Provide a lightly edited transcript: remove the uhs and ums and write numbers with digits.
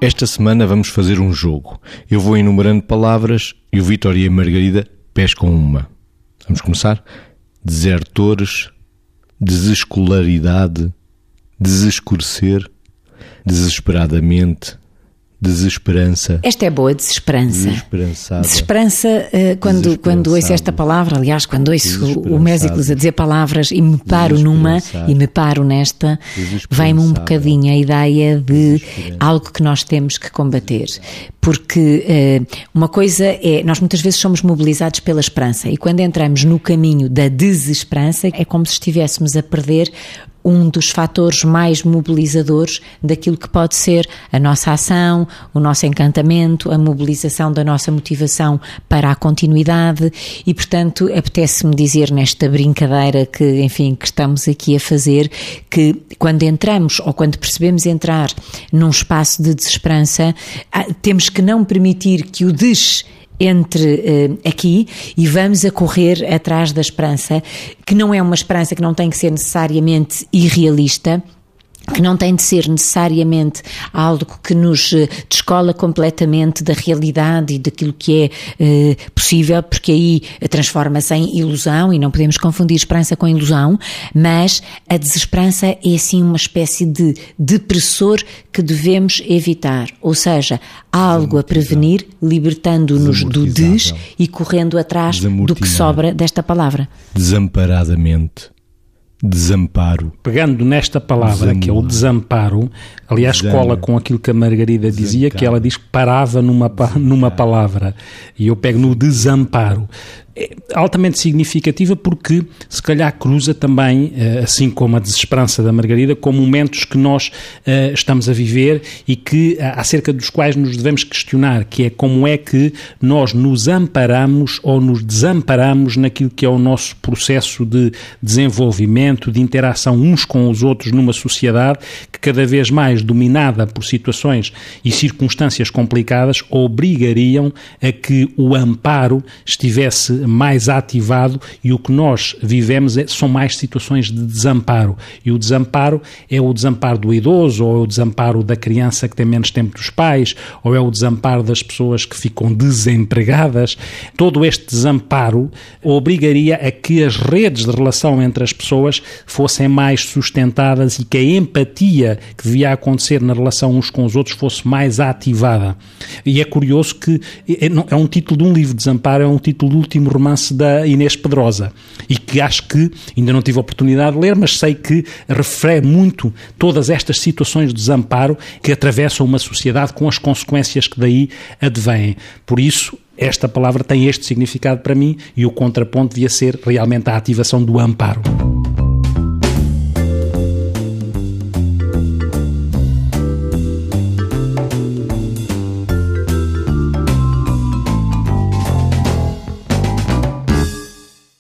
Esta semana vamos fazer um jogo. Eu vou enumerando palavras e o Vítor e a Margarida pescam uma. Vamos começar? Desertores, desescolaridade, desescurecer, desesperadamente, desesperança. Esta é boa, desesperança. Desesperança, quando ouço esta palavra, aliás, quando ouço o Mésicles a dizer palavras e me paro numa e me paro nesta, vem-me um bocadinho a ideia de algo que nós temos que combater. Porque uma coisa é, nós muitas vezes somos mobilizados pela esperança e quando entramos no caminho da desesperança é como se estivéssemos a perder um dos fatores mais mobilizadores daquilo que pode ser a nossa ação, o nosso encantamento, a mobilização da nossa motivação para a continuidade e, portanto, apetece-me dizer nesta brincadeira que, enfim, que estamos aqui a fazer, que quando entramos ou quando percebemos entrar num espaço de desesperança, temos que não permitir que o entre aqui e vamos a correr atrás da esperança, que não é uma esperança que não tem que ser necessariamente irrealista, que não tem de ser necessariamente algo que nos descola completamente da realidade e daquilo que é possível, porque aí transforma-se em ilusão e não podemos confundir esperança com ilusão, mas a desesperança é assim uma espécie de depressor que devemos evitar, ou seja, algo a prevenir, libertando-nos do e correndo atrás do que sobra desta palavra. Desamparadamente. Desamparo. Pegando nesta palavra, que é o desamparo, aliás, cola com aquilo que a Margarida dizia, que ela diz que parava numa palavra, e eu pego no desamparo. É altamente significativa porque se calhar cruza também, assim como a desesperança da Margarida, com momentos que nós estamos a viver e que, acerca dos quais nos devemos questionar, que é como é que nós nos amparamos ou nos desamparamos naquilo que é o nosso processo de desenvolvimento, de interação uns com os outros numa sociedade que cada vez mais dominada por situações e circunstâncias complicadas obrigariam a que o amparo estivesse mais ativado e o que nós vivemos são mais situações de desamparo. E o desamparo é o desamparo do idoso, ou é o desamparo da criança que tem menos tempo dos pais, ou é o desamparo das pessoas que ficam desempregadas. Todo este desamparo obrigaria a que as redes de relação entre as pessoas fossem mais sustentadas e que a empatia que devia acontecer na relação uns com os outros fosse mais ativada. E é curioso que é um título de um livro, Desamparo, é um título do último romance da Inês Pedrosa e que acho que ainda não tive a oportunidade de ler, mas sei que refere muito todas estas situações de desamparo que atravessam uma sociedade com as consequências que daí advêm. Por isso, esta palavra tem este significado para mim e o contraponto devia ser realmente a ativação do amparo.